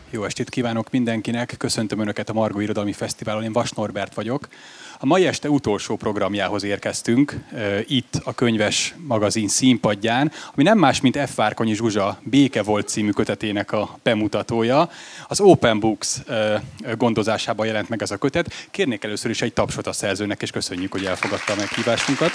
Jó estét kívánok mindenkinek, köszöntöm Önöket a Margó Irodalmi Fesztiválon, én Vas Norbert vagyok. A mai este utolsó programjához érkeztünk, itt a Könyves magazin színpadján, ami nem más, mint F. Várkonyi Zsuzsa Béke volt című kötetének a bemutatója. Az Open Books gondozásában jelent meg ez a kötet. Kérnék először is egy tapsot a szerzőnek, és köszönjük, hogy elfogadta a meghívásunkat.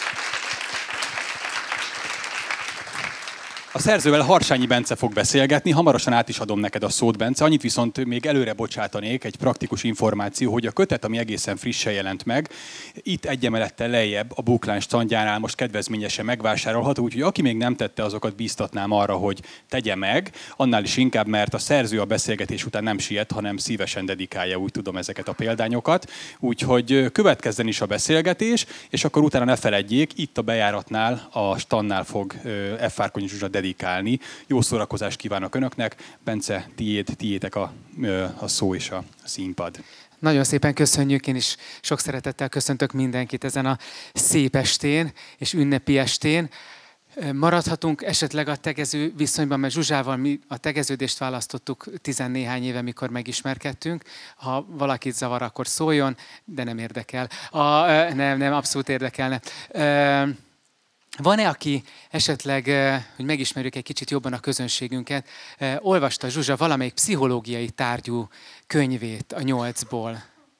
A szerzővel Harsányi Bence fog beszélgetni, hamarosan át is adom neked a szót, Bence. Annyit viszont még előre bocsátanék, egy praktikus információ, hogy a kötet, ami egészen frissen jelent meg, itt egy emelettel lejjebb a Bookline standjánál most kedvezményesen megvásárolható, úgyhogy aki még nem tette, azokat bíztatnám arra, hogy tegye meg, annál is inkább, mert a szerző a beszélgetés után nem siet, hanem szívesen dedikálja, úgy tudom, ezeket a példányokat. Úgyhogy következzen is a beszélgetés, és akkor utána ne feledjék, itt a bejáratnál, a standnál fog F. Várkonyi Zsuzsa dedikálni. Jó szórakozást kívánok Önöknek. Bence, tiétek a szó és a színpad. Nagyon szépen köszönjük, én is sok szeretettel köszöntök mindenkit ezen a szép estén és ünnepi estén. Maradhatunk esetleg a tegező viszonyban, mert Zsuzsával mi a tegeződést választottuk 10-néhány éve, mikor megismerkedtünk. Ha valakit zavar, akkor szóljon, de nem érdekel. Nem, abszolút érdekelne. Van-e, aki esetleg, hogy megismerjük egy kicsit jobban a közönségünket, olvasta Zsuzsa valamelyik pszichológiai tárgyú könyvét a 8-ból?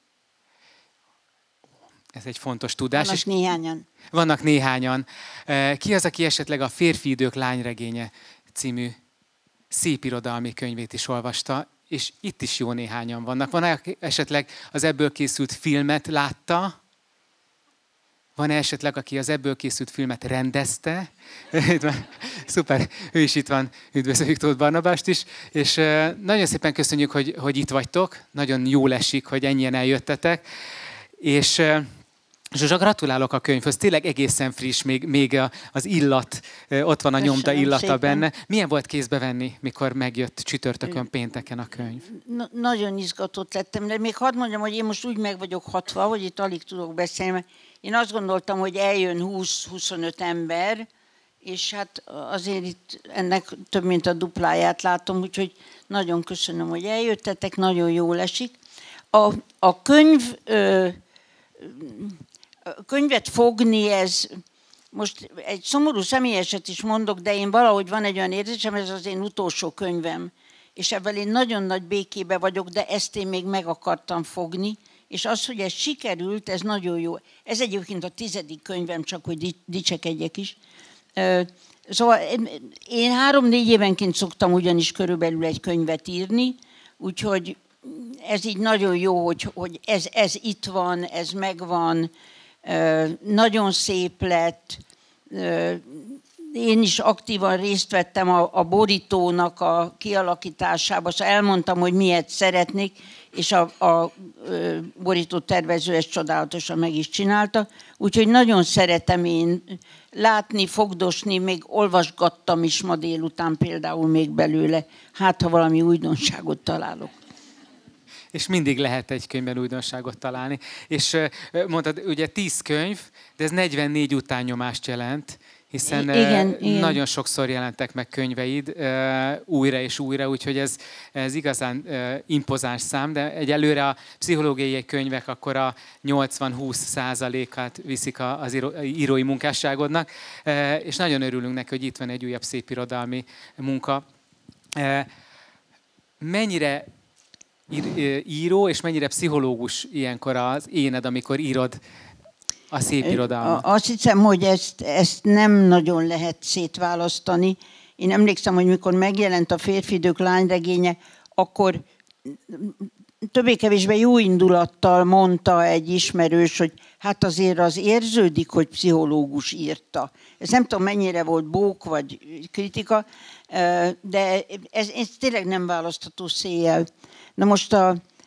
Ez egy fontos tudás. Vannak néhányan. Vannak néhányan. Ki az, aki esetleg a Férfi idők lányregénye című szép irodalmi könyvét is olvasta, és itt is jó néhányan vannak. Van-e, aki esetleg az ebből készült filmet látta? Van-e esetleg, aki az ebből készült filmet rendezte? Szuper, ő is itt van, üdvözöljük Tóth Barnabást is. És nagyon szépen köszönjük, hogy itt vagytok, nagyon jól esik, hogy ennyien eljöttetek. És Zsuzsa, gratulálok a könyvhöz, tényleg egészen friss, még az illat, ott van a nyomda illata szépen benne. Milyen volt kézbe venni, mikor megjött csütörtökön, pénteken a könyv? Nagyon izgatott lettem, de még hadd mondjam, hogy én most úgy meg vagyok hatva, hogy itt alig tudok beszélni, mert én azt gondoltam, hogy eljön 20-25 ember, és hát azért itt ennek több mint a dupláját látom, úgyhogy nagyon köszönöm, hogy eljöttetek, nagyon jól esik. A könyvet fogni, ez most egy szomorú személyeset is mondok, de én valahogy van egy olyan érzésem, ez az én utolsó könyvem, és ebben én nagyon nagy békébe vagyok, de ezt én még meg akartam fogni, és az, hogy ez sikerült, ez nagyon jó. Ez egyébként a 10. könyvem, csak hogy dicsekedjek is. Szóval én 3-4 évenként szoktam ugyanis körülbelül egy könyvet írni, úgyhogy ez így nagyon jó, hogy ez itt van, ez megvan, nagyon szép lett. Én is aktívan részt vettem a borítónak a kialakításában, szóval elmondtam, hogy miért szeretnék, és a borító tervező ezt csodálatosan meg is csinálta. Úgyhogy nagyon szeretem én látni, fogdosni, még olvasgattam is ma délután például még belőle, hát ha valami újdonságot találok. És mindig lehet egy könyvben újdonságot találni. És mondtad, ugye 10 könyv, de ez 44 utánnyomást jelent, hiszen igen. Nagyon sokszor jelentek meg könyveid újra és újra, úgyhogy ez igazán impozáns szám, de egyelőre a pszichológiai könyvek akkor a 80-20%-át viszik az írói munkásságodnak, és nagyon örülünk neki, hogy itt van egy újabb szép irodalmi munka. Mennyire író, és mennyire pszichológus ilyenkor az éned, amikor írod a szép irodalmat? Azt hiszem, hogy ezt nem nagyon lehet szétválasztani. Én emlékszem, hogy mikor megjelent a Férfi idők lányregénye, akkor többé-kevésbé jó indulattal mondta egy ismerős, hogy hát azért az érződik, hogy pszichológus írta. Ez nem tudom, mennyire volt bók vagy kritika, de ez tényleg nem választható széjjel. Na most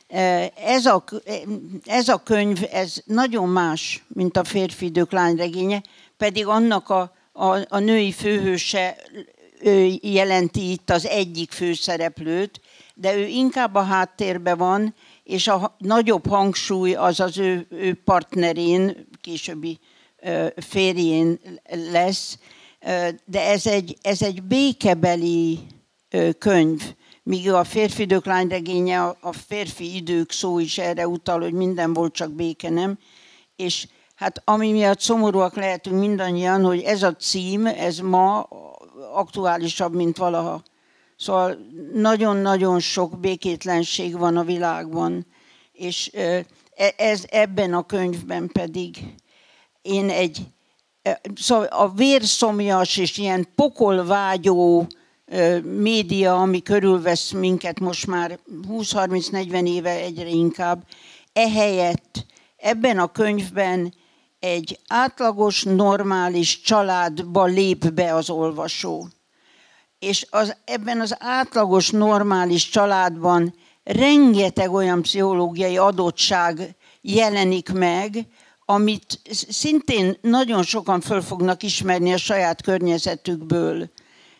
ez a könyv, ez nagyon más, mint a Férfi idők lányregénye, pedig annak a női főhőse jelenti itt az egyik főszereplőt, de ő inkább a háttérben van, és a nagyobb hangsúly az az ő partnerén, későbbi férjén lesz, de ez egy békebeli könyv. míg a férfi idők lányregénye, a férfi idők szó is erre utal, hogy minden volt, csak béke nem. És hát ami miatt szomorúak lehetünk mindannyian, hogy ez a cím, ez ma aktuálisabb, mint valaha. Szóval nagyon-nagyon sok békétlenség van a világban, és ebben a könyvben pedig én szóval a vérszomjas és ilyen pokolvágyó média, ami körülvesz minket most már 20-30-40 éve egyre inkább, ehelyett ebben a könyvben egy átlagos, normális családba lép be az olvasó. És ebben az átlagos, normális családban rengeteg olyan pszichológiai adottság jelenik meg, amit szintén nagyon sokan föl fognak ismerni a saját környezetükből.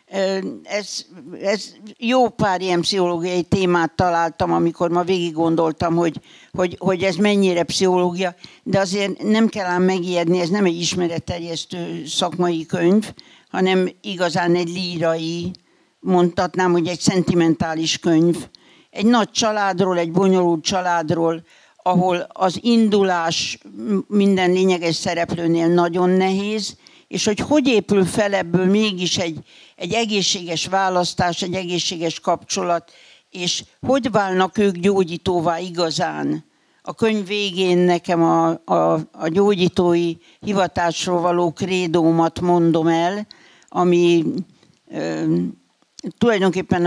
Jó pár ilyen pszichológiai témát találtam, amikor ma végig gondoltam, hogy ez mennyire pszichológia, de azért nem kell ám megijedni, ez nem egy ismeretterjesztő szakmai könyv, hanem igazán egy lírai, mondhatnám, hogy egy szentimentális könyv. Egy nagy családról, egy bonyolult családról, ahol az indulás minden lényeges szereplőnél nagyon nehéz, és hogy épül fel ebből mégis egy egészséges választás, egy egészséges kapcsolat, és hogy válnak ők gyógyítóvá igazán. A könyv végén nekem a gyógyítói hivatásról való krédómat mondom el, ami tulajdonképpen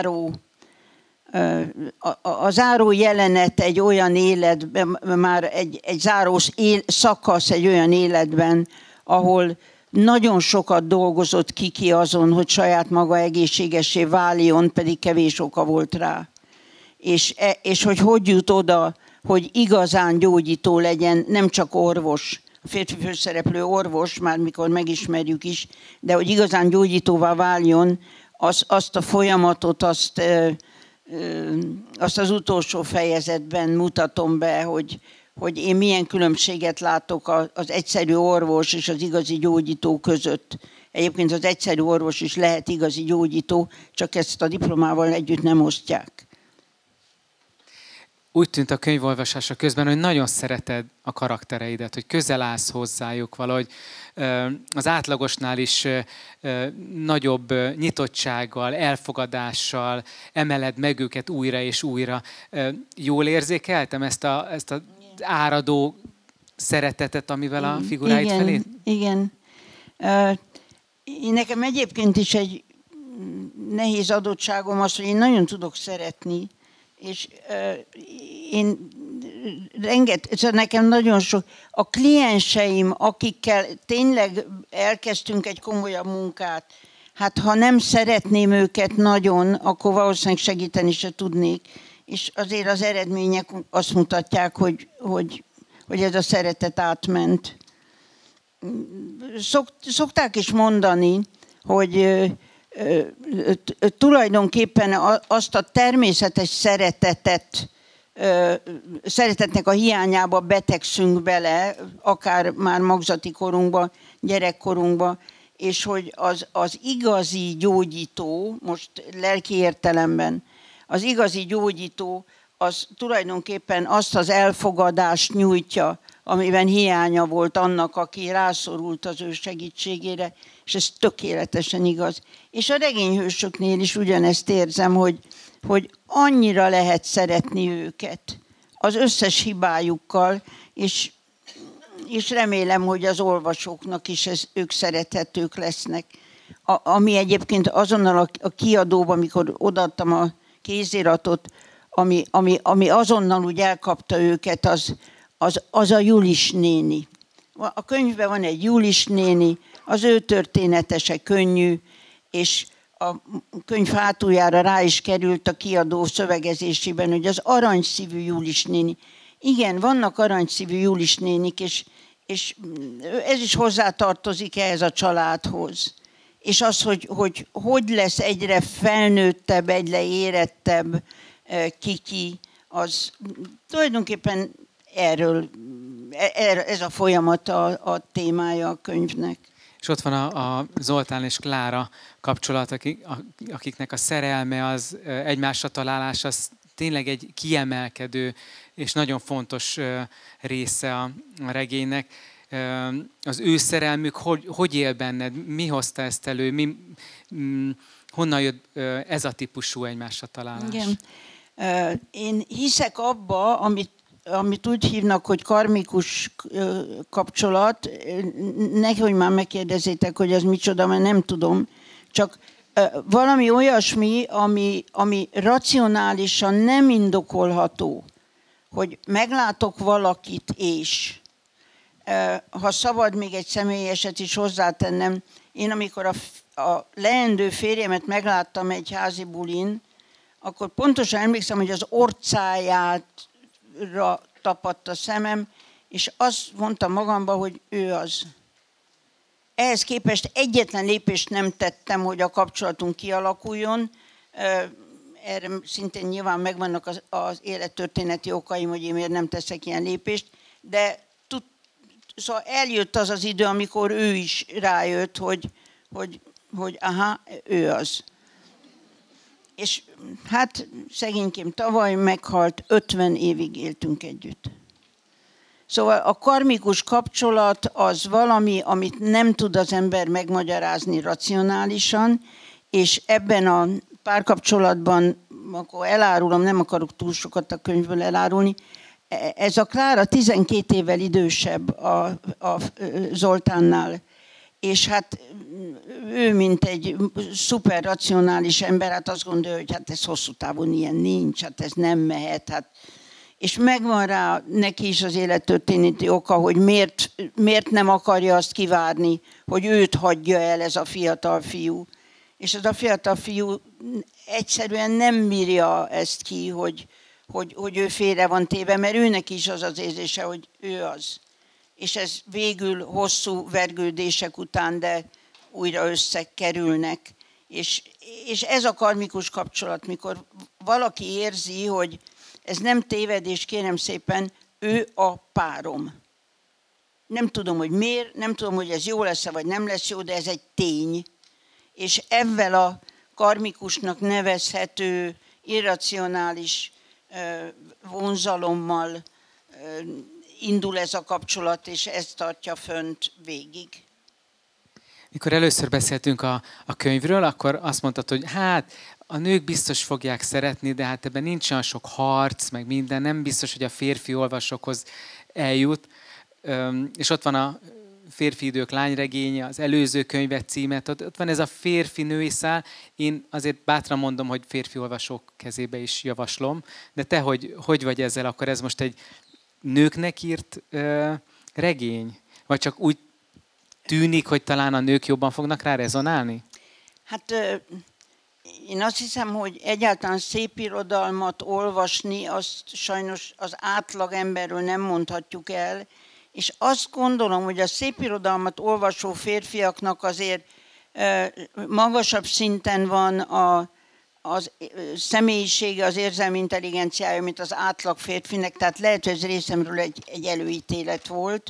a záró jelenet egy olyan életben, már egy záró szakasz egy olyan életben, ahol nagyon sokat dolgozott Kiki azon, hogy saját maga egészségessé váljon, pedig kevés oka volt rá. És hogy jut oda, hogy igazán gyógyító legyen, nem csak orvos, a férfi főszereplő orvos, már mikor megismerjük is, de hogy igazán gyógyítóvá váljon, azt a folyamatot, azt az utolsó fejezetben mutatom be, hogy én milyen különbséget látok az egyszerű orvos és az igazi gyógyító között. Egyébként az egyszerű orvos is lehet igazi gyógyító, csak ezt a diplomával együtt nem osztják. Úgy tűnt a könyvolvasása közben, hogy nagyon szereted a karaktereidet, hogy közel állsz hozzájuk valahogy. Az átlagosnál is nagyobb nyitottsággal, elfogadással emeled meg őket újra és újra. Jól érzékeltem ezt az áradó szeretetet, amivel a figuráid felé? Igen. Nekem egyébként is egy nehéz adottságom az, hogy én nagyon tudok szeretni, és én nekem nagyon sok, a klienseim, akikkel tényleg elkezdtünk egy komolyabb munkát, hát ha nem szeretném őket nagyon, akkor valószínűleg segíteni se tudnék. És azért az eredmények azt mutatják, hogy ez a szeretet átment. Szokták is mondani, hogy tulajdonképpen azt a természetes szeretetnek a hiányába betegszünk bele, akár már magzati korunkba, gyerekkorunkba, és hogy az igazi gyógyító, most lelki értelemben, az igazi gyógyító az tulajdonképpen azt az elfogadást nyújtja, amiben hiánya volt annak, aki rászorult az ő segítségére, és ez tökéletesen igaz. És a regényhősöknél is ugyanezt érzem, hogy annyira lehet szeretni őket az összes hibájukkal, és remélem, hogy az olvasóknak is ők szerethetők lesznek. Ami egyébként azonnal a kiadóban, amikor odaadtam a kéziratot, ami azonnal úgy elkapta őket, az a Julis néni. A könyvben van egy Julis néni, az ő története se könnyű, és a könyv hátuljára rá is került a kiadó szövegezésében, hogy az aranyszívű Julis néni. Igen, vannak aranyszívű Julis nénik, és ez is hozzátartozik ehhez a családhoz. És az, hogy lesz egyre felnőttebb, egyre érettebb Kiki, az tulajdonképpen ez a folyamat a témája a könyvnek. És ott van a Zoltán és Klára kapcsolat, akiknek a szerelme, az egymásra találás, az tényleg egy kiemelkedő és nagyon fontos része a regénynek. Az ő szerelmük hogy él benned? Mi hozta ezt elő? Honnan jött ez a típusú egymásra találás? Igen. Én hiszek abba, amit úgy hívnak, hogy karmikus kapcsolat. Nehogy már megkérdezzétek, hogy ez micsoda, mert nem tudom. Csak valami olyasmi, ami racionálisan nem indokolható, hogy meglátok valakit, és ha szabad még egy személyeset is hozzátennem, én amikor a leendő férjemet megláttam egy házi bulin, akkor pontosan emlékszem, hogy az orcájára tapadt a szemem, és azt mondtam magamba, hogy ő az. Ehhez képest egyetlen lépést nem tettem, hogy a kapcsolatunk kialakuljon. Erre szintén nyilván megvannak az élettörténeti okaim, hogy én miért nem teszek ilyen lépést, de szóval eljött az az idő, amikor ő is rájött, hogy aha, ő az. És hát szegénykém tavaly meghalt, 50 évig éltünk együtt. Szóval a karmikus kapcsolat az valami, amit nem tud az ember megmagyarázni racionálisan, és ebben a párkapcsolatban, akkor elárulom, nem akarok túl sokat a könyvből elárulni, ez a Klára 12 évvel idősebb a Zoltánnál, és hát ő, mint egy szuper racionális ember, hát azt gondolja, hogy hát ez hosszú távon ilyen nincs, hát ez nem mehet, hát. És megvan rá neki is az élettörténeti oka, hogy miért nem akarja azt kivárni, hogy őt hagyja el ez a fiatal fiú. És ez a fiatal fiú egyszerűen nem bírja ezt ki, hogy ő félre van téve, mert őnek is az az érzése, hogy ő az. És ez végül hosszú vergődések után, de újra összekerülnek. És ez a karmikus kapcsolat, mikor valaki érzi, hogy ez nem tévedés, kérem szépen, ő a párom. Nem tudom, hogy miért, nem tudom, hogy ez jó lesz-e, vagy nem lesz jó, de ez egy tény. És ezzel a karmikusnak nevezhető, irracionális vonzalommal indul ez a kapcsolat, és ez tartja fönt végig. Mikor először beszéltünk a könyvről, akkor azt mondtad, hogy hát a nők biztos fogják szeretni, de hát ebben nincs olyan sok harc, meg minden, nem biztos, hogy a férfi olvasókhoz eljut. És ott van a Férfi idők lányregénye, az előző könyvet címet, ott van ez a férfi-női szál. Én azért bátran mondom, hogy férfi olvasók kezébe is javaslom, de te hogy vagy ezzel? Akkor ez most egy nőknek írt regény? Vagy csak úgy tűnik, hogy talán a nők jobban fognak rá rezonálni? Hát én azt hiszem, hogy egyáltalán szépirodalmat olvasni, azt sajnos az átlag emberről nem mondhatjuk el, és azt gondolom, hogy a szépirodalmat olvasó férfiaknak azért magasabb szinten van az személyisége, az érzelmi intelligenciája, mint az átlag férfinek, tehát lehet, hogy ez részemről egy előítélet volt.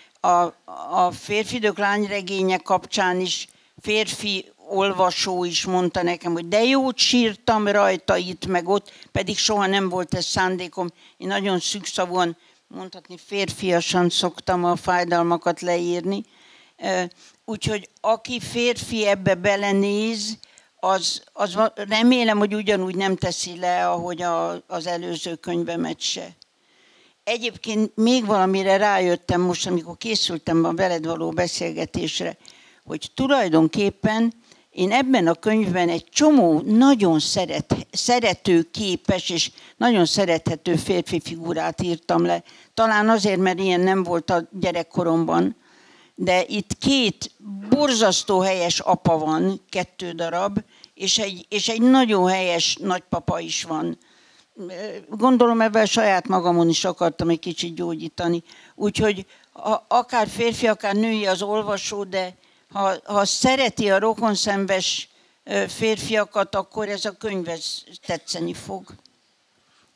A Férfi idők lányregénye kapcsán is férfi olvasó is mondta nekem, hogy de jót sírtam rajta itt meg ott, pedig soha nem volt ez szándékom. Én nagyon szűkszavúan, mondhatni férfiasan szoktam a fájdalmakat leírni. Úgyhogy aki férfi ebbe belenéz, az remélem, hogy ugyanúgy nem teszi le, ahogy az előző könyvemet se. Egyébként még valamire rájöttem most, amikor készültem a veled való beszélgetésre, hogy tulajdonképpen én ebben a könyvben egy csomó nagyon szeretőképes és nagyon szerethető férfi figurát írtam le. Talán azért, mert ilyen nem volt a gyerekkoromban, de itt 2 borzasztó helyes apa van, 2 darab, és egy nagyon helyes nagypapa is van. Gondolom, ebben saját magamon is akartam egy kicsit gyógyítani. Úgyhogy akár férfi, akár női az olvasó, de ha szereti a rokonszenves férfiakat, akkor ez a könyv tetszeni fog.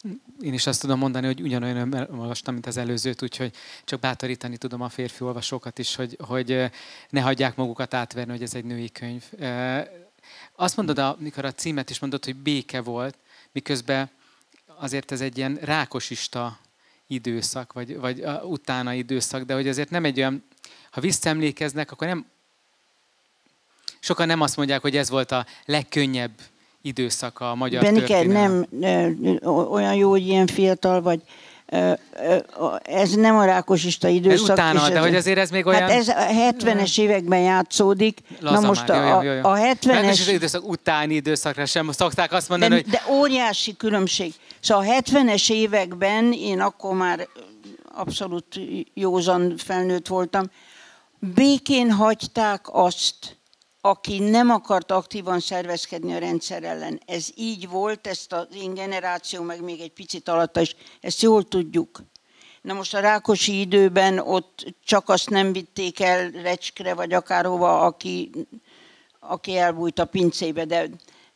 Én is azt tudom mondani, hogy ugyanolyan olvastam, mint az előzőt, úgyhogy csak bátorítani tudom a férfi olvasókat is, hogy ne hagyják magukat átverni, hogy ez egy női könyv. Azt mondod, amikor a címet is mondod, hogy béke volt, miközben azért ez egy ilyen rákosista időszak, vagy utána időszak, de hogy azért nem egy olyan, ha visszaemlékeznek, akkor nem, sokan nem azt mondják, hogy ez volt a legkönnyebb időszaka a magyar történelem. Nem olyan jó, hogy ilyen fiatal vagy. Ez nem a rákosista időszak. Ez utána, de hogy azért ez még olyan... Hát ez a 70-es években játszódik. Laza na most már, a 70-es... időszak utáni időszakra sem szokták azt mondani, hogy... De óriási különbség. Szóval a 70-es években, én akkor már abszolút józan felnőtt voltam, békén hagyták azt, aki nem akart aktívan szervezkedni a rendszer ellen. Ez így volt, ezt az én generáció, meg még egy picit alatta is, ezt jól tudjuk. Na most a Rákosi időben ott csak azt nem vitték el Recskre, vagy akárhova, aki elbújt a pincébe, de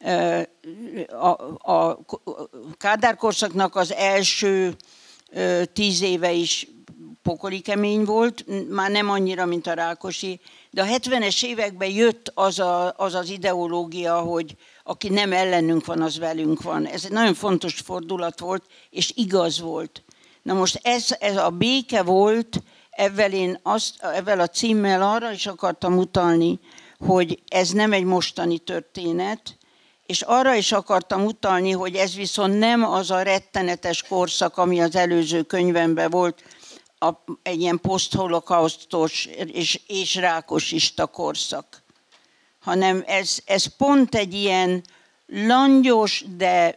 a Kádár korszaknak az első 10 éve is pokoli kemény volt, már nem annyira, mint a Rákosi, de a 70-es években jött az ideológia, hogy aki nem ellenünk van, az velünk van. Ez egy nagyon fontos fordulat volt, és igaz volt. Na most ez a béke volt, ezzel a címmel arra is akartam utalni, hogy ez nem egy mostani történet, és arra is akartam utalni, hogy ez viszont nem az a rettenetes korszak, ami az előző könyvemben volt, egy ilyen posztholokausztos és rákosista korszak, hanem ez pont egy ilyen langyos, de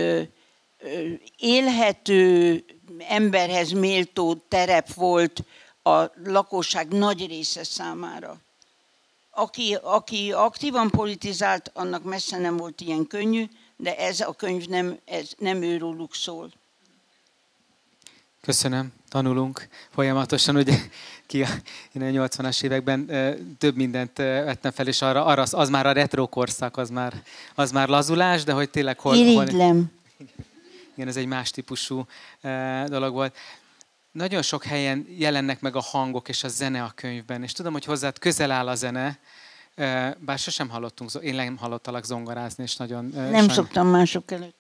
élhető, emberhez méltó terep volt a lakosság nagy része számára. Aki aktívan politizált, annak messze nem volt ilyen könnyű, de ez a könyv nem őróluk szól. Köszönöm, tanulunk folyamatosan, ugye én a 80-as években több mindent vettem fel, és arra az már a retro korszak, az már lazulás, de hogy tényleg irigylem. Igen, ez egy más típusú dolog volt. Nagyon sok helyen jelennek meg a hangok és a zene a könyvben, és tudom, hogy hozzád közel áll a zene, bár sosem hallottunk, én nem hallottalak zongorázni, és nagyon... Nem szoktam mások előtt.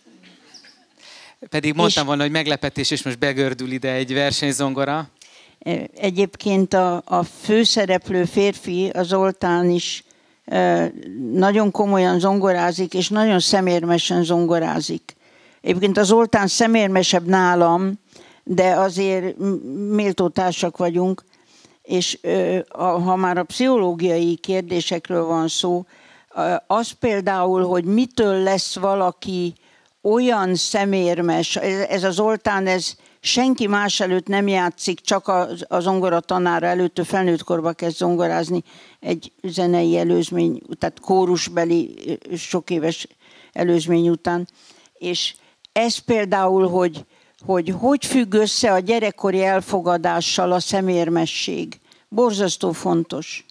Pedig mondtam volna, hogy meglepetés, és most begördül ide egy versenyzongora. Egyébként a főszereplő férfi, az Zoltán is nagyon komolyan zongorázik, és nagyon szemérmesen zongorázik. Egyébként az Zoltán szemérmesebb nálam, de azért méltó társak vagyunk, és ha már a pszichológiai kérdésekről van szó, az például, hogy mitől lesz valaki olyan szemérmes, ez az Zoltán, ez senki más előtt nem játszik, csak a zongora tanára előtt, ő felnőtt korba kezd zongorázni egy zenei előzmény, tehát kórusbeli sok éves előzmény után. És ez például, hogy függ össze a gyerekkori elfogadással a szemérmesség. Borzasztó fontos.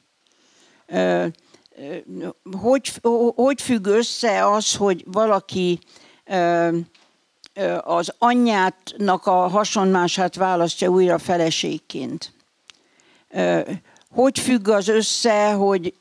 Hogy függ össze az, hogy valaki az anyjátnak a hasonmását választja újra feleségként. Hogy függ az össze, hogy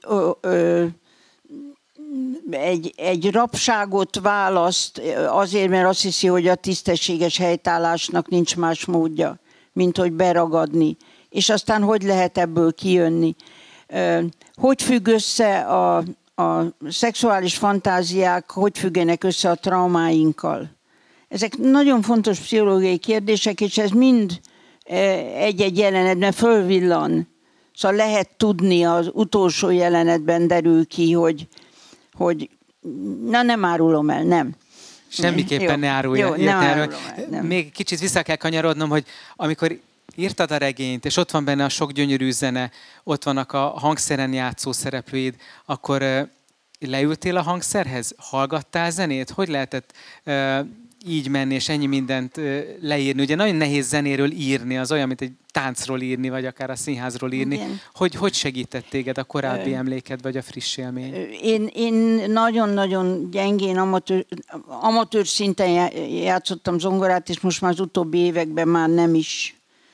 egy rabságot választ azért, mert azt hiszi, hogy a tisztességes helytállásnak nincs más módja, mint hogy beragadni. És aztán hogy lehet ebből kijönni. Hogy függ össze a szexuális fantáziák, hogy függenek össze a traumáinkkal. Ezek nagyon fontos pszichológiai kérdések, és ez mind egy-egy jelenetben fölvillan. Szóval lehet tudni, az utolsó jelenetben derül ki, hogy nem árulom el, nem. Semmiképpen ne árulj el. Még kicsit vissza kell kanyarodnom, hogy amikor írtad a regényt, és ott van benne a sok gyönyörű zene, ott vannak a hangszeren játszó szereplőid, akkor leültél a hangszerhez? Hallgattál zenét? Hogy lehetett így menni, és ennyi mindent leírni. Ugye nagyon nehéz zenéről írni, az olyan, mint egy táncról írni, vagy akár a színházról írni. Igen. Hogy segített téged a korábbi emléked, vagy a friss élmény? Én nagyon-nagyon gyengén, amatőr szinten játszottam zongorát, és most már az utóbbi években már nem is.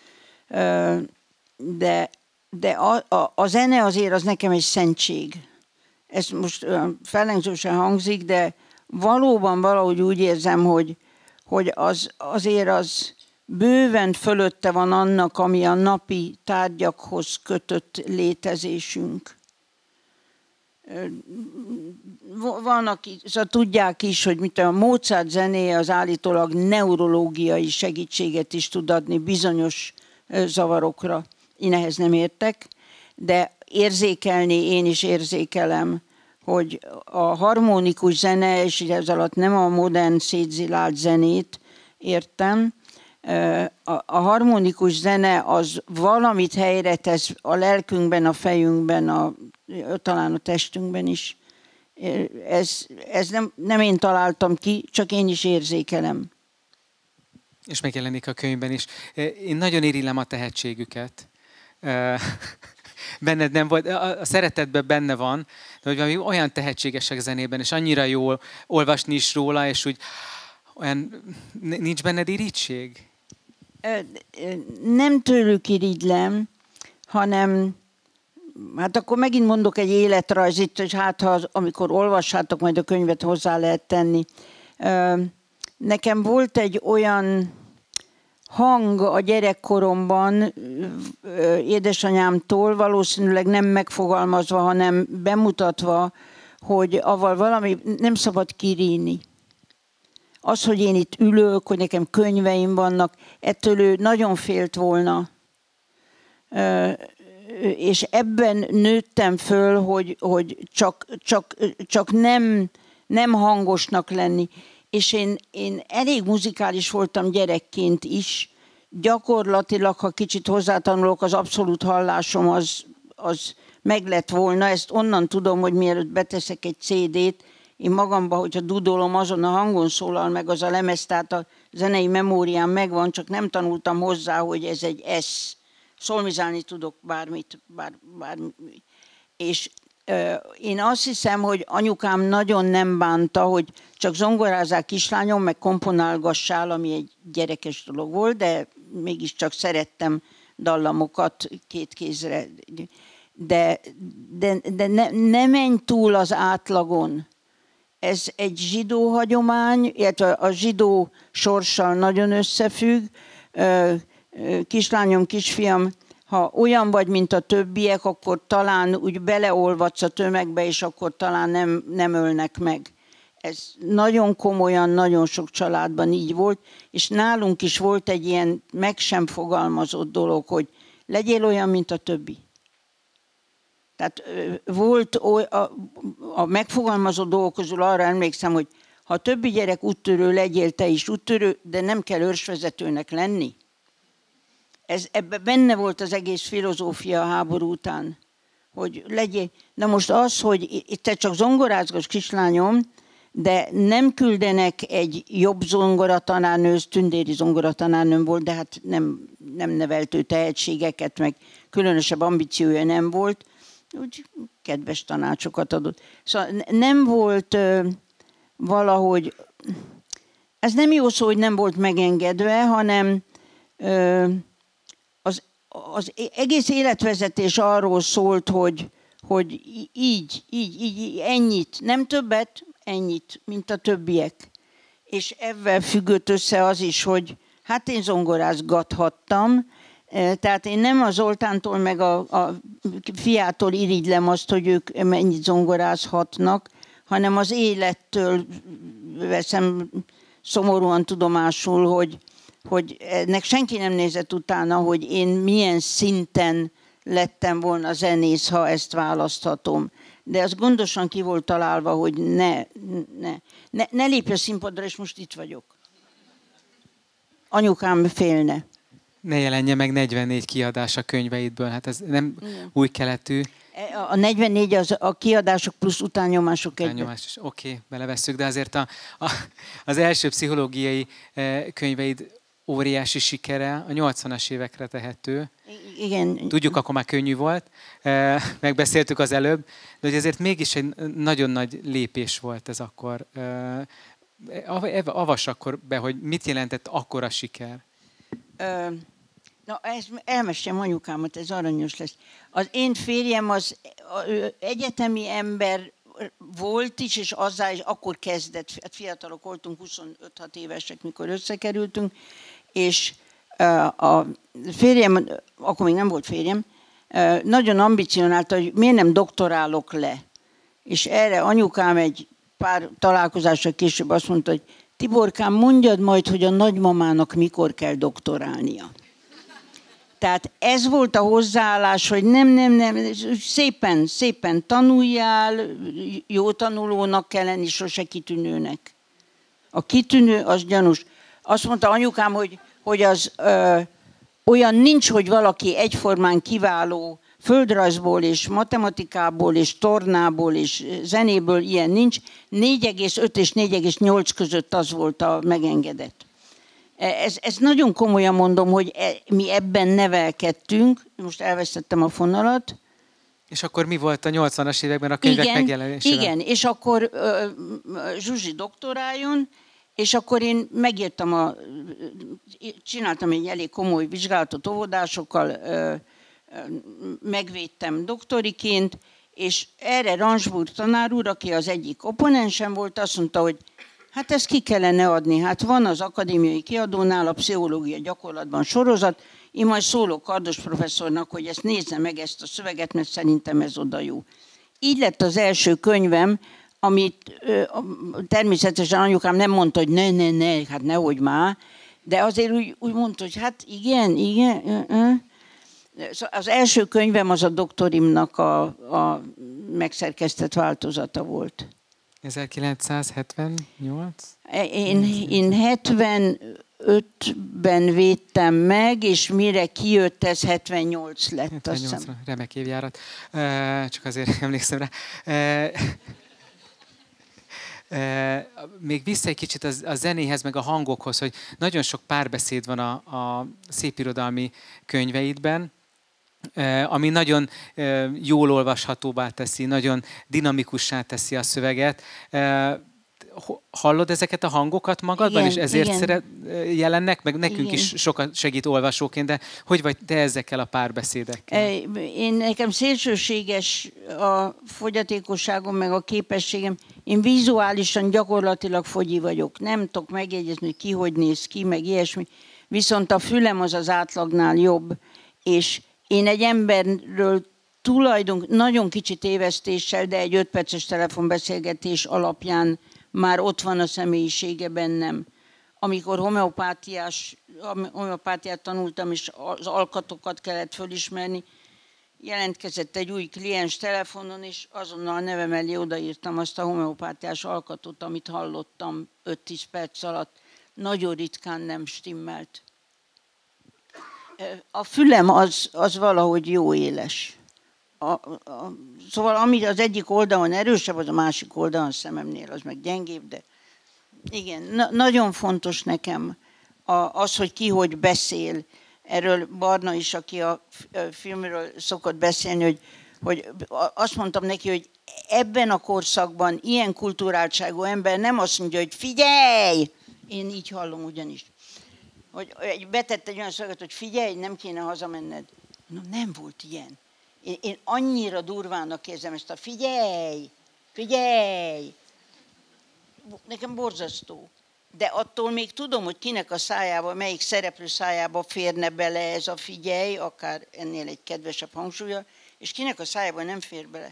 De a zene azért az nekem egy szentség. Ez most fellengzősen hangzik, de valóban valahogy úgy érzem, hogy azért az bőven fölötte van annak, ami a napi tárgyakhoz kötött létezésünk. Van, aki szóval tudják is, hogy a Mozart zenéje az állítólag neurológiai segítséget is tud adni bizonyos zavarokra. Én ehhez nem értek, de érzékelni én is érzékelem, hogy a harmonikus zene, és ez alatt nem a modern szétzilált zenét értem, a harmonikus zene az valamit helyre tesz a lelkünkben, a fejünkben, talán a testünkben is. Ez nem én találtam ki, csak én is érzékelem. És megjelenik a könyvben is. Én nagyon irigylem a tehetségüket. Benned nem volt, a szeretetben benne van, de hogy valami olyan tehetségesek zenében, és annyira jól olvasni is róla, és úgy olyan, nincs benned irigység? Nem tőlük irigylem, hanem, hát akkor megint mondok egy életrajzit, és hát ha amikor olvassátok, majd a könyvet hozzá lehet tenni. Nekem volt egy olyan hang a gyerekkoromban édesanyámtól, valószínűleg nem megfogalmazva, hanem bemutatva, hogy avval valami nem szabad kiríni. Az, hogy én itt ülök, hogy nekem könyveim vannak, ettől ő nagyon félt volna. És ebben nőttem föl, hogy csak nem hangosnak lenni. És én elég muzikális voltam gyerekként is. Gyakorlatilag, ha kicsit hozzátanulok, az abszolút hallásom az meg lett volna. Ezt onnan tudom, hogy mielőtt beteszek egy CD-t, én magamban, hogyha dudolom, azon a hangon szólal meg az a lemez, tehát a zenei memóriám megvan, csak nem tanultam hozzá, hogy ez egy S. Szolmizálni tudok bármit. És én azt hiszem, hogy anyukám nagyon nem bánta, hogy csak zongorázzál kislányom, meg komponálgassál, ami egy gyerekes dolog volt, de mégiscsak szerettem dallamokat két kézre. De ne menj túl az átlagon. Ez egy zsidó hagyomány, illetve a zsidó sorssal nagyon összefügg. Kislányom, kisfiam, ha olyan vagy, mint a többiek, akkor talán úgy beleolvadsz a tömegbe, és akkor talán nem ölnek meg. Ez nagyon komolyan, nagyon sok családban így volt, és nálunk is volt egy ilyen meg sem fogalmazott dolog, hogy legyél olyan, mint a többi. Tehát volt a megfogalmazott dolgok közül arra emlékszem, hogy ha a többi gyerek úttörő, legyél te is úttörő, de nem kell őrsvezetőnek lenni. Ebben benne volt az egész filozófia a háború után, hogy legyél. Na most az, hogy te csak zongorázgass, kislányom, de nem küldenek egy jobb zongoratanárnő, tündéri zongoratanárnőm volt, de hát nem nevelt ő tehetségeket, meg különösebb ambíciója nem volt, úgy kedves tanácsokat adott. Szóval nem volt valahogy, ez nem jó szó, hogy nem volt megengedve, hanem az egész életvezetés arról szólt, hogy így, ennyit, nem többet, ennyit, mint a többiek. És ebben függött össze az is, hogy hát én zongorázgathattam, tehát én nem a Zoltántól meg a fiától irigylem azt, hogy ők mennyit zongorázhatnak, hanem az élettől veszem szomorúan tudomásul, hogy ennek senki nem nézett utána, hogy én milyen szinten lettem volna zenész, ha ezt választhatom. De az gondosan ki volt találva, hogy ne lépj a színpadra, és most itt vagyok. Anyukám félne. Ne jelenje meg 44 kiadás a könyveidből, hát ez nem új keletű. A 44 az a kiadások plusz utánnyomások egyben. Utánnyomás is, oké, belevesszük, de azért az első pszichológiai könyveid óriási sikere a 80-as évekre tehető. Igen. Tudjuk, akkor már könnyű volt, megbeszéltük az előbb, de hogy azért mégis egy nagyon nagy lépés volt ez akkor. Avass akkor be, hogy mit jelentett akkora siker? Na, elmesélem anyukámat, ez aranyos lesz. Az én férjem az egyetemi ember volt is, és azzal is akkor kezdett, hát fiatalok voltunk, 25-6 évesek, mikor összekerültünk, és a férjem, akkor még nem volt férjem, nagyon ambicionálta, hogy miért nem doktorálok le. És erre anyukám egy pár találkozásra később azt mondta, hogy Tiborkám, mondjad majd, hogy a nagymamának mikor kell doktorálnia. Tehát ez volt a hozzáállás, hogy nem, szépen tanuljál, jó tanulónak kell lenni, sose kitűnőnek. A kitűnő az gyanús. Azt mondta anyukám, hogy az olyan nincs, hogy valaki egyformán kiváló földrajzból és matematikából és tornából és zenéből, ilyen nincs. 4,5 és 4,8 között az volt a megengedett. Ez nagyon komolyan mondom, hogy mi ebben nevelkedtünk. Most elvesztettem a fonalat. És akkor mi volt a 80-as években a könyvek megjelenésével? Igen, és akkor Zsuzsi doktoráljon, és akkor én megírtam, csináltam egy elég komoly vizsgálatot óvodásokkal, megvédtem doktoriként, és erre Ransburg tanár úr, aki az egyik opponensem volt, azt mondta, hogy hát ezt ki kellene adni. Hát van az akadémiai kiadónál a pszichológia gyakorlatban sorozat, én majd szólok Kardos professzornak, hogy ezt nézze meg ezt a szöveget, mert szerintem ez oda jó. Így lett az első könyvem, amit természetesen anyukám nem mondta, hogy ne, hát nehogy már, de azért úgy mondta, hogy hát igen. Az első könyvem az a doktorimnak a megszerkesztett változata volt. 1978? Én 75-ben védtem meg, és mire kijött, ez 78 lett. 78, remek évjárat. Csak azért emlékszem rá. Még vissza egy kicsit a zenéhez, meg a hangokhoz, hogy nagyon sok párbeszéd van a szépirodalmi könyveidben, ami nagyon jól olvashatóvá teszi, nagyon dinamikussá teszi a szöveget. Hallod ezeket a hangokat magadban, igen, és ezért jelennek, meg nekünk igen. is sokat segít olvasóként, de hogy vagy te ezekkel a párbeszédekkel? Nekem szélsőséges a fogyatékosságom, meg a képességem. Én vizuálisan gyakorlatilag fogyi vagyok. Nem tudok megjegyezni, hogy ki hogy néz ki, meg ilyesmi. Viszont a fülem az átlagnál jobb, és én egy emberről nagyon kicsi tévesztéssel, de egy 5 perces telefonbeszélgetés alapján már ott van a személyisége bennem. Amikor homeopátiát tanultam, és az alkatokat kellett fölismerni, jelentkezett egy új kliens telefonon, és azonnal a nevem elé odaírtam azt a homeopátiás alkatot, amit hallottam 5-10 perc alatt. Nagyon ritkán nem stimmelt. A fülem az valahogy jó éles. Szóval ami az egyik oldalon erősebb, az a másik oldalon szememnél, az meg gyengébb, de igen, nagyon fontos nekem az, hogy ki hogy beszél. Erről Barna is, aki a filmről szokott beszélni, hogy azt mondtam neki, hogy ebben a korszakban ilyen kulturáltságú ember nem azt mondja, hogy figyelj! Én így hallom ugyanis. Hogy betett egy olyan szöveget, hogy figyelj, nem kéne hazamenned. No, nem volt ilyen. Én annyira durvának érzem ezt a figyelj! Nekem borzasztó. De attól még tudom, hogy kinek a szájába, melyik szereplő szájába férne bele ez a figyelj, akár ennél egy kedvesebb hangsúlya, és kinek a szájába nem fér bele.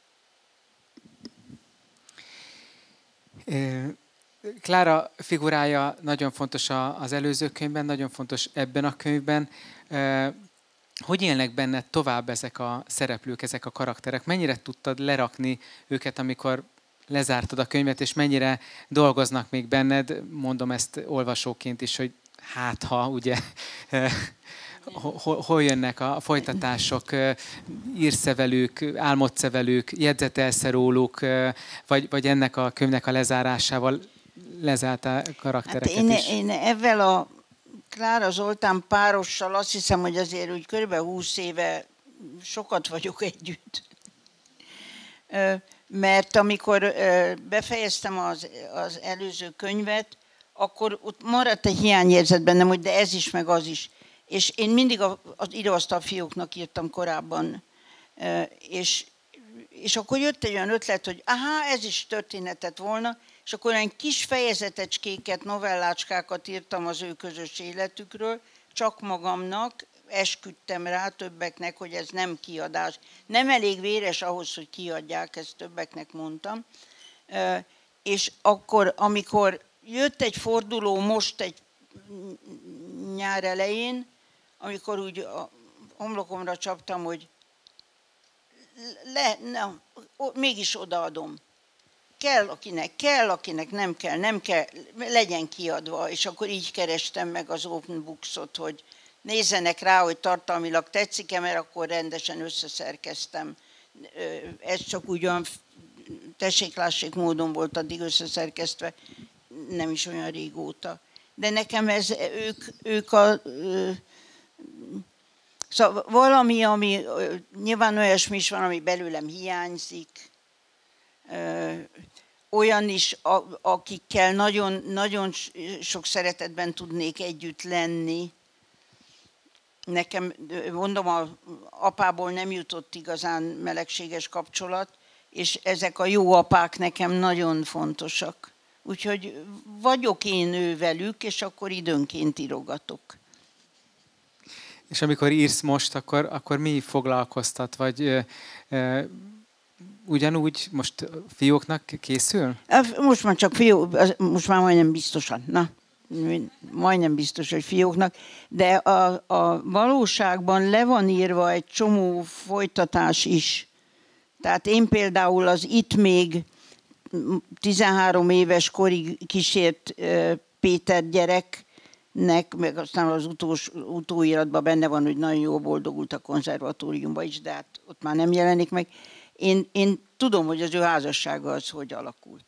Klára figurája nagyon fontos az előző könyvben, nagyon fontos ebben a könyvben. Hogy élnek benned tovább ezek a szereplők, ezek a karakterek? Mennyire tudtad lerakni őket, amikor lezártad a könyvet, és mennyire dolgoznak még benned? Mondom ezt olvasóként is, hogy hát ha, ugye, hol jönnek a folytatások, írszvelők, álmodszvelők, jegyzetelszerólók, vagy ennek a könyvnek a lezárásával lezárta karaktereket is? Én ezzel a Klára Zoltán párossal azt hiszem, hogy azért úgy kb. 20 éve sokat vagyok együtt. Mert amikor befejeztem az előző könyvet, akkor ott maradt egy hiányérzet bennem, hogy de ez is, meg az is. És én mindig az íróasztal fióknak írtam korábban. És akkor jött egy olyan ötlet, hogy ez is történetet volna, és akkor olyan kis fejezetecskéket, novellácskákat írtam az ő közös életükről, csak magamnak, esküdtem rá többeknek, hogy ez nem kiadás. Nem elég véres ahhoz, hogy kiadják, ezt többeknek mondtam. És akkor, amikor jött egy forduló most egy nyár elején, amikor úgy a homlokomra csaptam, hogy mégis odaadom. Kell, akinek nem kell, legyen kiadva. És akkor így kerestem meg az Open Books-ot, hogy nézzenek rá, hogy tartalmilag tetszik-e, mert akkor rendesen összeszerkeztem. Ez csak úgy olyan tessék-lássék módon volt addig összeszerkesztve, nem is olyan régóta. De nekem szóval valami, ami nyilván olyasmi is van, ami belőlem hiányzik, olyan is, akikkel nagyon, nagyon sok szeretetben tudnék együtt lenni. Nekem, mondom, az apából nem jutott igazán melegséges kapcsolat, és ezek a jó apák nekem nagyon fontosak. Úgyhogy vagyok én ővelük, és akkor időnként írogatok. És amikor írsz most, akkor mi foglalkoztat? Vagy ugyanúgy most fióknak készül? Most már csak most már majdnem biztosan. Majdnem biztos, hogy fióknak, de a valóságban le van írva egy csomó folytatás is. Tehát én például az itt még 13 éves korig kísért Péter gyereknek, meg aztán az utóiratban benne van, hogy nagyon jól boldogult a konzervatóriumban is, de hát ott már nem jelenik meg. Én tudom, hogy az ő házassága az hogy alakult.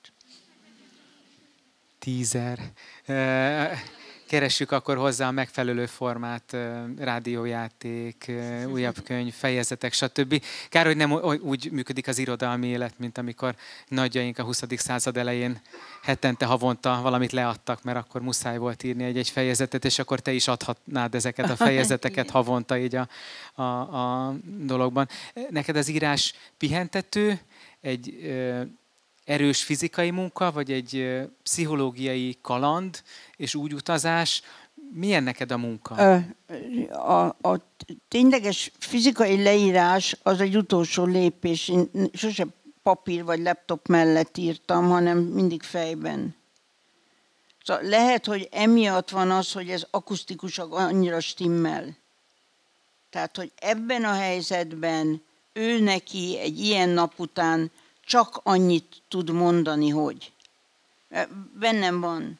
Teaser. Keressük akkor hozzá a megfelelő formát, rádiójáték, újabb könyv, fejezetek, stb. Kár, hogy nem úgy működik az irodalmi élet, mint amikor nagyjaink a 20. század elején hetente, havonta valamit leadtak, mert akkor muszáj volt írni egy fejezetet, és akkor te is adhatnád ezeket a fejezeteket havonta így a dologban. Neked az írás pihentető, egy erős fizikai munka, vagy egy pszichológiai kaland és úgy utazás? Milyen neked a munka? A tényleges fizikai leírás az egy utolsó lépés. Én sose papír vagy laptop mellett írtam, hanem mindig fejben. Szóval lehet, hogy emiatt van az, hogy ez akusztikusan annyira stimmel. Tehát, hogy ebben a helyzetben ő neki egy ilyen nap után csak annyit tud mondani, hogy. Bennem van.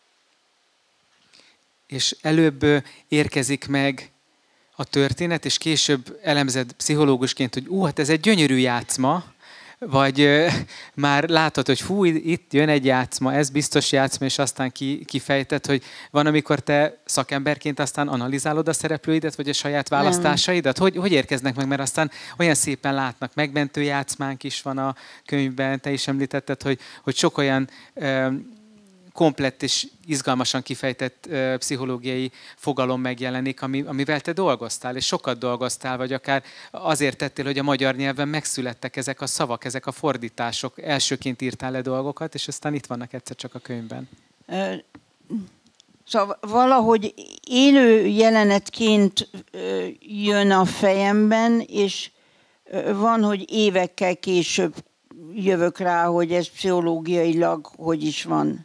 És előbb érkezik meg a történet, és később elemzed pszichológusként, hogy hát ez egy gyönyörű játszma, vagy már látod, hogy fú, itt jön egy játszma, ez biztos játszma, és aztán kifejted, hogy van, amikor te szakemberként aztán analizálod a szereplőidet, vagy a saját választásaidat? Hogy érkeznek meg? Mert aztán olyan szépen látnak, megmentő játszmánk is van a könyvben, te is említetted, hogy sok olyan komplett és izgalmasan kifejtett pszichológiai fogalom megjelenik, amivel te dolgoztál, és sokat dolgoztál, vagy akár azért tettél, hogy a magyar nyelven megszülettek ezek a szavak, ezek a fordítások. Elsőként írtál le dolgokat, és aztán itt vannak egyszer csak a könyvben. Szóval valahogy élő jelenetként jön a fejemben, és van, hogy évekkel később jövök rá, hogy ez pszichológiailag hogy is van.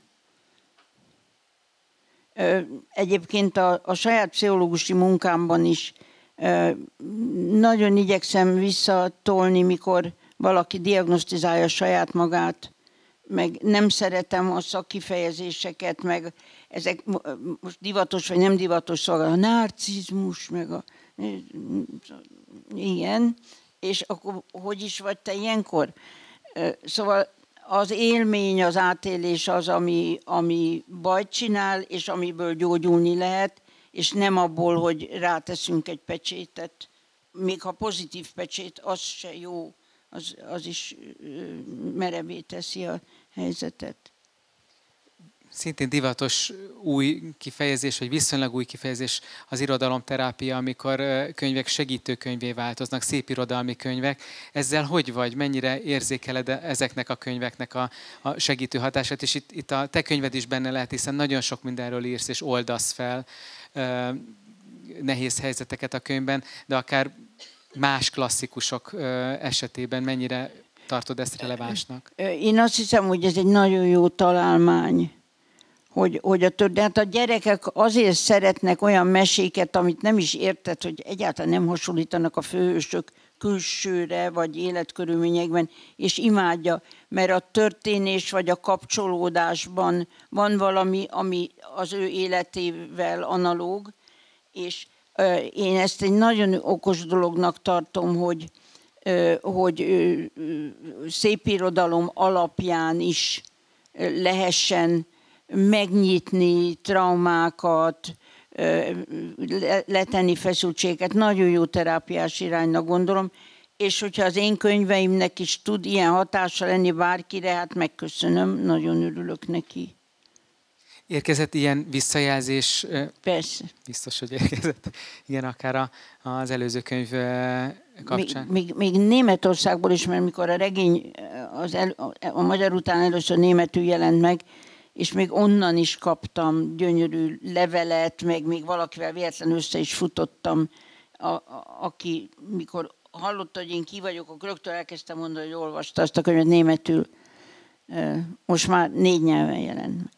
Egyébként a saját pszichológusi munkámban is nagyon igyekszem visszatolni, mikor valaki diagnosztizálja saját magát, meg nem szeretem a szakkifejezéseket, meg ezek most divatos vagy nem divatos szolgál, a narcizmus, meg a igen, és akkor hogy is vagy te ilyenkor? Szóval az élmény, az átélés az, ami bajt csinál, és amiből gyógyulni lehet, és nem abból, hogy ráteszünk egy pecsétet. Még ha pozitív pecsét, az se jó, az is merevé teszi a helyzetet. Szintén divatos új kifejezés, vagy viszonylag új kifejezés az irodalomterápia, amikor könyvek segítőkönyvé változnak, szép irodalmi könyvek. Ezzel hogy vagy? Mennyire érzékeled ezeknek a könyveknek a segítő hatását? És itt a te könyved is benne lehet, hiszen nagyon sok mindenről írsz és oldasz fel nehéz helyzeteket a könyvben, de akár más klasszikusok esetében mennyire tartod ezt relevánsnak? Én azt hiszem, hogy ez egy nagyon jó találmány, de hát a gyerekek azért szeretnek olyan meséket, amit nem is érted, hogy egyáltalán nem hasonlítanak a főhősök külsőre, vagy életkörülményekben, és imádja, mert a történés vagy a kapcsolódásban van valami, ami az ő életével analóg, és én ezt egy nagyon okos dolognak tartom, hogy szépirodalom alapján is lehessen megnyitni traumákat, letenni feszültséget. Nagyon jó terápiás iránynak gondolom, és hogyha az én könyveimnek is tud ilyen hatással lenni bárkire, hát megköszönöm, nagyon örülök neki. Érkezett ilyen visszajelzés? Persze. Biztos, hogy érkezett. Igen, akár az előző könyv kapcsán. Még Németországból is, mert mikor a regény a magyar után először németül jelent meg, és még onnan is kaptam gyönyörű levelet, meg még valakivel véletlenül össze is futottam, aki mikor hallotta, hogy én ki vagyok, akkor rögtön elkezdtem mondani, hogy olvasta azt a könyvet németül. Most már 4 nyelven jelent meg.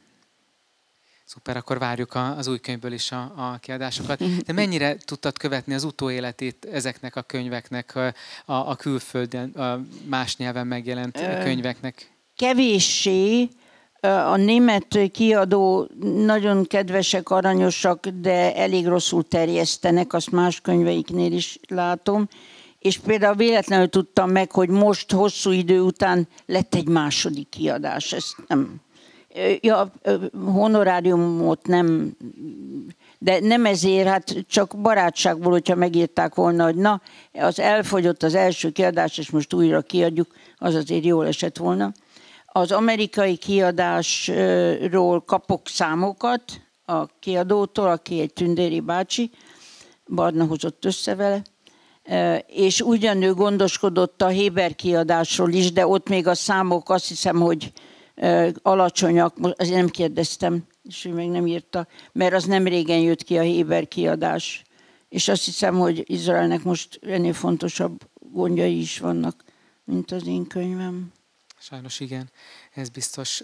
Szuper, akkor várjuk az új könyvből is a kiadásokat. De mennyire tudtad követni az utóéletét ezeknek a könyveknek, a külföldön, a más nyelven megjelent könyveknek? Kevéssé. A német kiadó nagyon kedvesek, aranyosak, de elég rosszul terjesztenek, azt más könyveiknél is látom. És például véletlenül tudtam meg, hogy most hosszú idő után lett egy második kiadás. Ezt nem... Ja, honoráriumot nem, de nem ezért, hát csak barátságból, hogyha megírták volna, hogy na, az elfogyott az első kiadás, és most újra kiadjuk, az azért jól esett volna. Az amerikai kiadásról kapok számokat a kiadótól, aki egy tündéri bácsi, Barna hozott össze vele, és ugyanő gondoskodott a Héber kiadásról is, de ott még a számok azt hiszem, hogy alacsonyak, azért nem kérdeztem, és ő meg nem írta, mert az nem régen jött ki a Héber kiadás. És azt hiszem, hogy Izraelnek most ennél fontosabb gondjai is vannak, mint az én könyvem. Sajnos igen, ez biztos.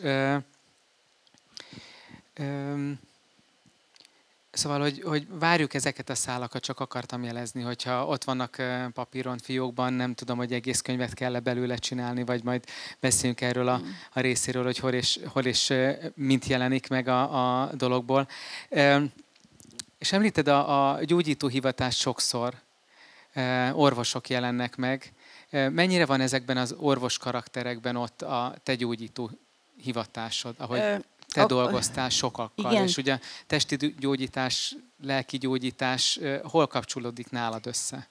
Szóval, hogy várjuk ezeket a szálakat, csak akartam jelezni, hogyha ott vannak papíron, fiókban, nem tudom, hogy egész könyvet kell belőle csinálni, vagy majd beszéljünk erről a részéről, hogy hol és mint jelenik meg a dologból. És említed a gyógyító hivatást sokszor, orvosok jelennek meg. Mennyire van ezekben az orvos karakterekben ott a te gyógyító hivatásod, ahogy te dolgoztál sokakkal, igen. És ugye testi gyógyítás, lelki gyógyítás, hol kapcsolódik nálad össze?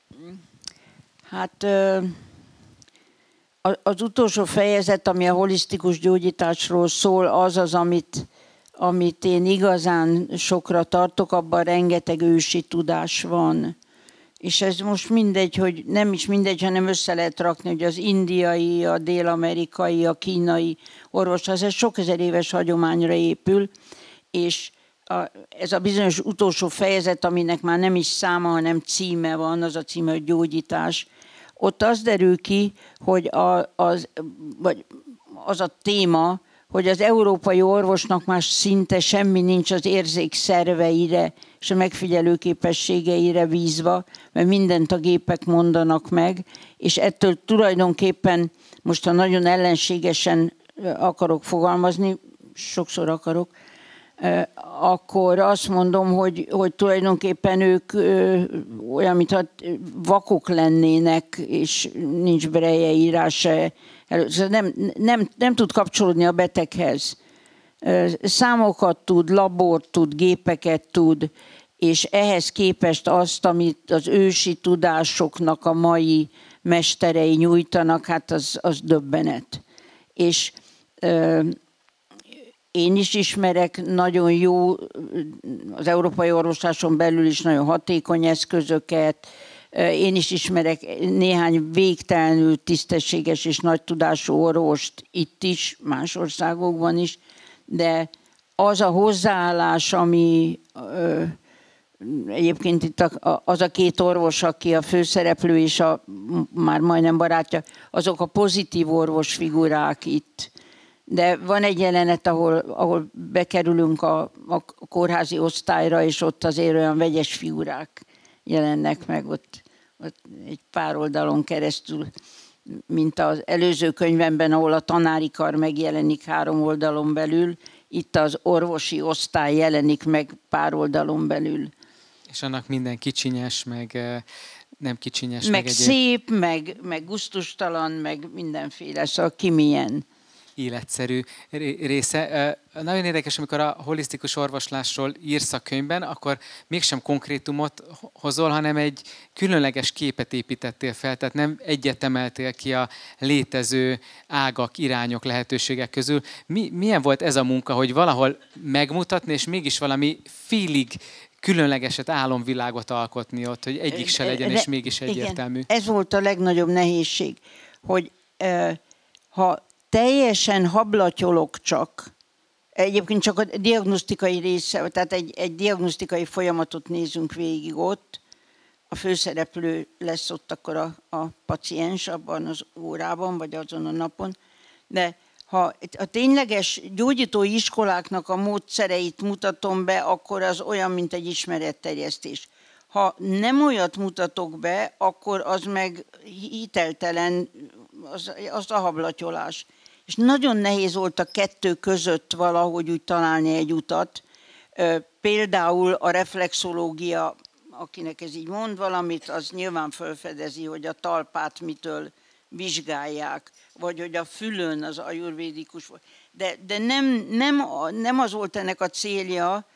Hát az utolsó fejezet, ami a holisztikus gyógyításról szól, az, amit én igazán sokra tartok, abban rengeteg ősi tudás van. És ez most mindegy, hogy nem is mindegy, hanem össze lehet rakni, hogy az indiai, a dél-amerikai, a kínai orvos, ez sok ezer éves hagyományra épül, és ez a bizonyos utolsó fejezet, aminek már nem is száma, hanem címe van, az a címe, hogy gyógyítás. Ott az derül ki, hogy az a téma, hogy az európai orvosnak már szinte semmi nincs az érzékszerveire és a megfigyelő képességeire bízva, mert mindent a gépek mondanak meg, és ettől tulajdonképpen most, ha nagyon ellenségesen akarok fogalmazni, sokszor akarok, akkor azt mondom, hogy tulajdonképpen ők olyan, mintha vakok lennének, és nincs brejeírás. Nem tud kapcsolódni a beteghez. Számokat tud, labort tud, gépeket tud, és ehhez képest azt, amit az ősi tudásoknak a mai mesterei nyújtanak, hát az döbbenet. És én is ismerek nagyon jó, az európai orvosláson belül is nagyon hatékony eszközöket. Én is ismerek néhány végtelenül tisztességes és nagy tudású orvost itt is, más országokban is, de az a hozzáállás, ami egyébként itt az a két orvos, aki a főszereplő és a már majdnem barátja, azok a pozitív orvosfigurák itt. De van egy jelenet, ahol bekerülünk a kórházi osztályra, és ott azért olyan vegyes figurák jelennek meg ott egy pár oldalon keresztül, mint az előző könyvemben, ahol a tanári kar megjelenik 3 oldalon belül, itt az orvosi osztály jelenik meg pár oldalon belül. És annak minden kicsinyes, meg nem kicsinyes. Meg szép, meg gusztustalan, meg mindenféle, szóval ki milyen. Életszerű része. Nagyon érdekes, amikor a holisztikus orvoslásról írsz a könyvben, akkor mégsem konkrétumot hozol, hanem egy különleges képet építettél fel, tehát nem egyet emeltél ki a létező ágak, irányok, lehetőségek közül. Milyen volt ez a munka, hogy valahol megmutatni, és mégis valami félig különlegeset, álomvilágot alkotni ott, hogy egyik se legyen, és mégis egyértelmű. Igen, ez volt a legnagyobb nehézség, hogy ha teljesen hablatyolok csak, egyébként csak a diagnosztikai része, tehát egy diagnosztikai folyamatot nézünk végig ott, a főszereplő lesz ott akkor a paciens abban az órában, vagy azon a napon, de ha a tényleges gyógyítói iskoláknak a módszereit mutatom be, akkor az olyan, mint egy ismeretterjesztés. Ha nem olyat mutatok be, akkor az meg hiteltelen, az a hablatyolás. És nagyon nehéz volt a kettő között valahogy úgy találni egy utat. Például a reflexológia, akinek ez így mond valamit, az nyilván felfedezi, hogy a talpát mitől vizsgálják, vagy hogy a fülön az ajurvédikus. De nem az volt ennek a célja,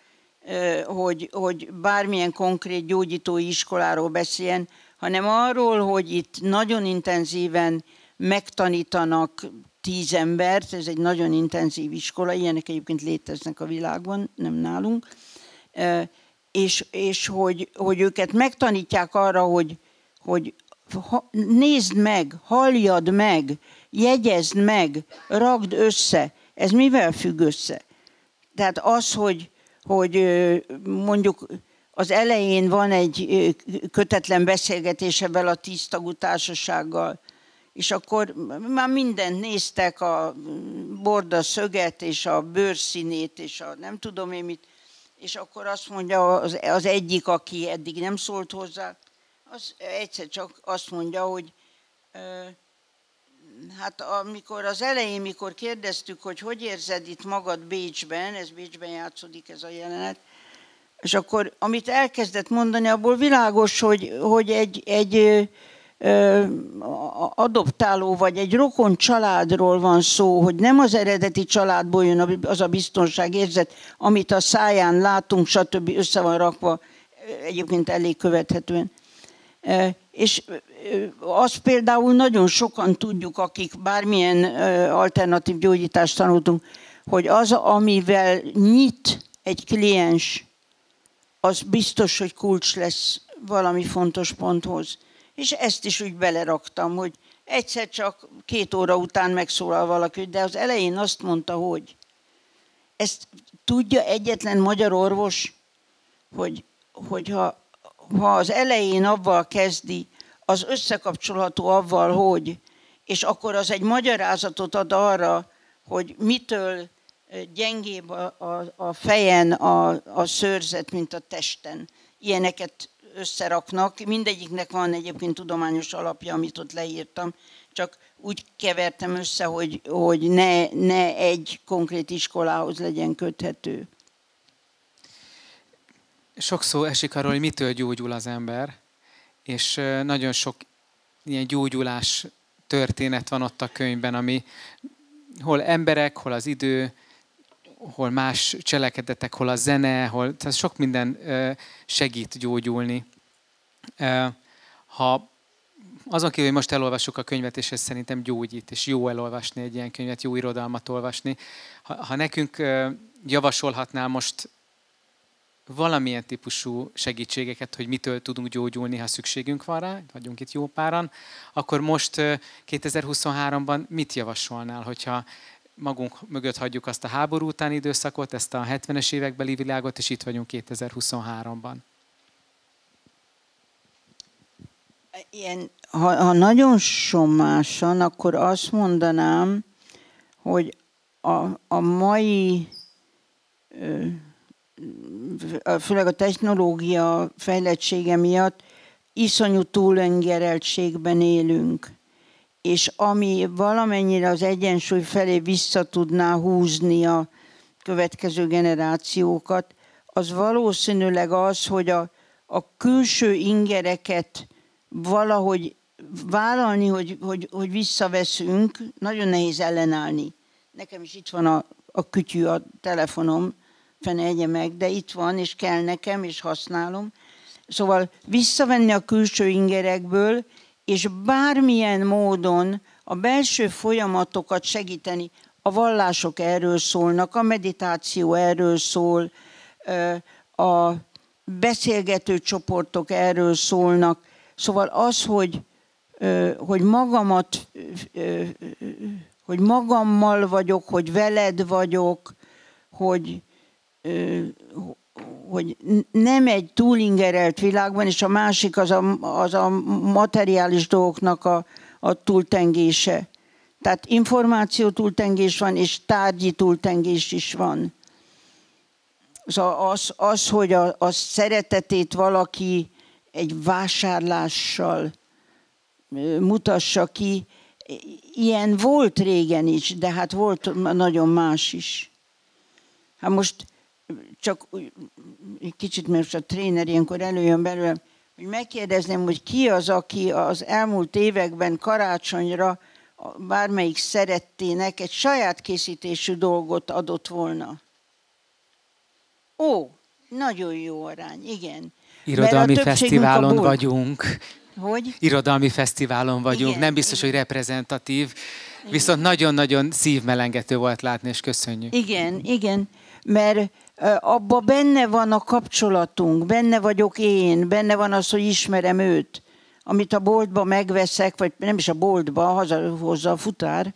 hogy bármilyen konkrét gyógyítói iskoláról beszéljen, hanem arról, hogy itt nagyon intenzíven megtanítanak 10 embert, ez egy nagyon intenzív iskola, ilyenek egyébként léteznek a világban, nem nálunk, és hogy őket megtanítják arra, hogy nézd meg, halljad meg, jegyezd meg, rakd össze. Ez mivel függ össze? Tehát az, hogy mondjuk az elején van egy kötetlen beszélgetés ebben a 10 tagú társasággal, és akkor már mindent néztek, a borda szöget, és a bőrszínét, és a nem tudom én mit, és akkor azt mondja az egyik, aki eddig nem szólt hozzá, az egyszer csak azt mondja, hogy hát amikor az elején, mikor kérdeztük, hogy érzed itt magad Bécsben, ez Bécsben játszódik ez a jelenet, és akkor amit elkezdett mondani, abból világos, hogy egy adoptáló vagy egy rokon családról van szó, hogy nem az eredeti családból jön az a biztonságérzet, amit a száján látunk, stb. Össze van rakva, egyébként elég követhetően. És azt például nagyon sokan tudjuk, akik bármilyen alternatív gyógyítást tanultunk, hogy az, amivel nyit egy kliens, az biztos, hogy kulcs lesz valami fontos ponthoz. És ezt is úgy beleraktam, hogy egyszer csak 2 óra után megszólal valaki, de az elején azt mondta, hogy ezt tudja egyetlen magyar orvos, hogy ha az elején avval kezdi, az összekapcsolható avval, hogy, és akkor az egy magyarázatot ad arra, hogy mitől gyengébb a fejen a szőrzet, mint a testen. Ilyeneket összeraknak. Mindegyiknek van egyébként tudományos alapja, amit ott leírtam. Csak úgy kevertem össze, hogy ne egy konkrét iskolához legyen köthető. Sok szó esik arról, hogy mitől gyógyul az ember, és nagyon sok ilyen gyógyulás történet van ott a könyvben, ami hol emberek, hol az idő, hol más cselekedetek, hol a zene, tehát sok minden segít gyógyulni. Ha azon kívül, hogy most elolvassuk a könyvet, és ez szerintem gyógyít, és jó elolvasni egy ilyen könyvet, jó irodalmat olvasni. Ha nekünk javasolhatnál most valamilyen típusú segítségeket, hogy mitől tudunk gyógyulni, ha szükségünk van rá, vagyunk itt jó páran, akkor most 2023-ban mit javasolnál, hogyha magunk mögött hagyjuk azt a háború utáni időszakot, ezt a 70-es évekbeli világot, és itt vagyunk 2023-ban? Ha nagyon sommásan, akkor azt mondanám, hogy a mai, főleg a technológia fejlettsége miatt iszonyú túlengereltségben élünk. És ami valamennyire az egyensúly felé vissza tudná húzni a következő generációkat, az valószínűleg az, hogy a külső ingereket valahogy vállalni, hogy visszaveszünk, nagyon nehéz ellenállni. Nekem is itt van a kütyű a telefonom, fene egye meg, de itt van, és kell nekem, és használom. Szóval visszavenni a külső ingerekből, és bármilyen módon a belső folyamatokat segíteni. A vallások erről szólnak, a meditáció erről szól, a beszélgető csoportok erről szólnak. Szóval az, hogy magammal vagyok, hogy veled vagyok, hogy nem egy túlingerelt világban, és a másik az a materiális dolgoknak a túltengése. Tehát információ túltengés van, és tárgyi túltengés is van. Szóval hogy a szeretetét valaki egy vásárlással mutassa ki, ilyen volt régen is, de hát volt nagyon más is. Hát most csak egy kicsit, mert a tréner ilyenkor előjön belőlem, hogy megkérdezném, hogy ki az, aki az elmúlt években karácsonyra bármelyik szerettének egy saját készítésű dolgot adott volna. Ó, nagyon jó arány, igen. Irodalmi fesztiválon vagyunk. Hogy? Irodalmi fesztiválon vagyunk, Igen, nem biztos, igen. hogy reprezentatív, viszont nagyon-nagyon szívmelengető volt látni, és köszönjük. Igen, mert abban benne van a kapcsolatunk, benne vagyok én, benne van az, hogy ismerem őt. Amit a boltba megveszek, vagy nem is a boltba, hazahozza a futár,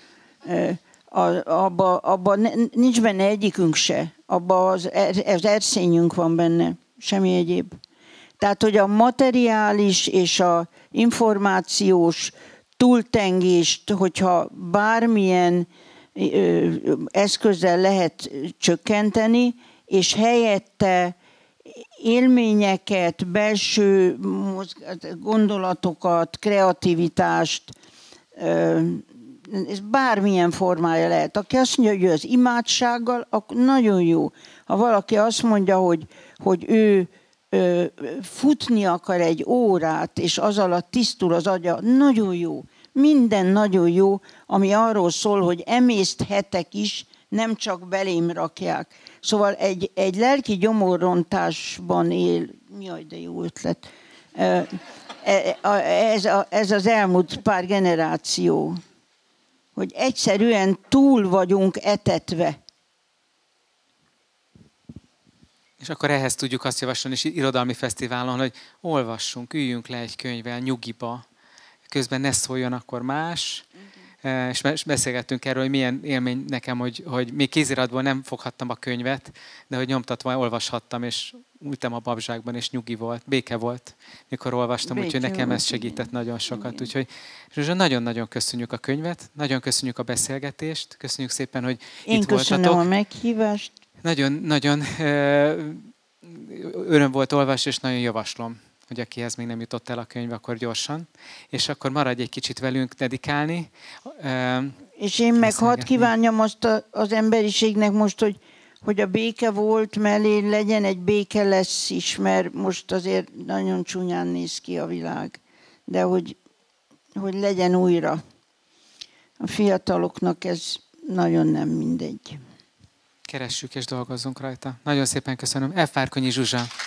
abban nincs benne egyikünk se. Abban az erszényünk van benne, semmi egyéb. Tehát, hogy a materiális és a információs túltengést, hogyha bármilyen eszközzel lehet csökkenteni, és helyette élményeket, belső gondolatokat, kreativitást, ez bármilyen formája lehet. Aki azt mondja, hogy ő az imádsággal, akkor nagyon jó. Ha valaki azt mondja, hogy ő futni akar egy órát, és az alatt tisztul az agya, nagyon jó. Minden nagyon jó, ami arról szól, hogy emészthetek is, nem csak belém rakják. Szóval egy lelki gyomorrontásban él, jaj, de jó ötlet, ez az elmúlt pár generáció, hogy egyszerűen túl vagyunk etetve. És akkor ehhez tudjuk azt javasolni, és irodalmi fesztiválon, hogy olvassunk, üljünk le egy könyvvel nyugiba, közben ne szóljon akkor más, és beszélgettünk erről, hogy milyen élmény nekem, hogy még kéziratból nem foghattam a könyvet, de hogy nyomtatva olvashattam, és ültem a babzsákban, és nyugi volt, béke volt, mikor olvastam, úgyhogy nekem ez segített nagyon sokat. Úgyhogy Zsuzsa, nagyon-nagyon köszönjük a könyvet, nagyon köszönjük a beszélgetést, köszönjük szépen, hogy Én itt voltatok. Én köszönöm a meghívást. Nagyon öröm volt olvasni, és nagyon javaslom hogy akihez még nem jutott el a könyv, akkor gyorsan. És akkor maradj egy kicsit velünk dedikálni. És én meg hadd kívánjam azt az emberiségnek most, hogy a béke volt mellé legyen egy béke lesz is, mert most azért nagyon csúnyán néz ki a világ. De hogy legyen újra. A fiataloknak ez nagyon nem mindegy. Keressük és dolgozzunk rajta. Nagyon szépen köszönöm. F. Várkonyi Zsuzsa.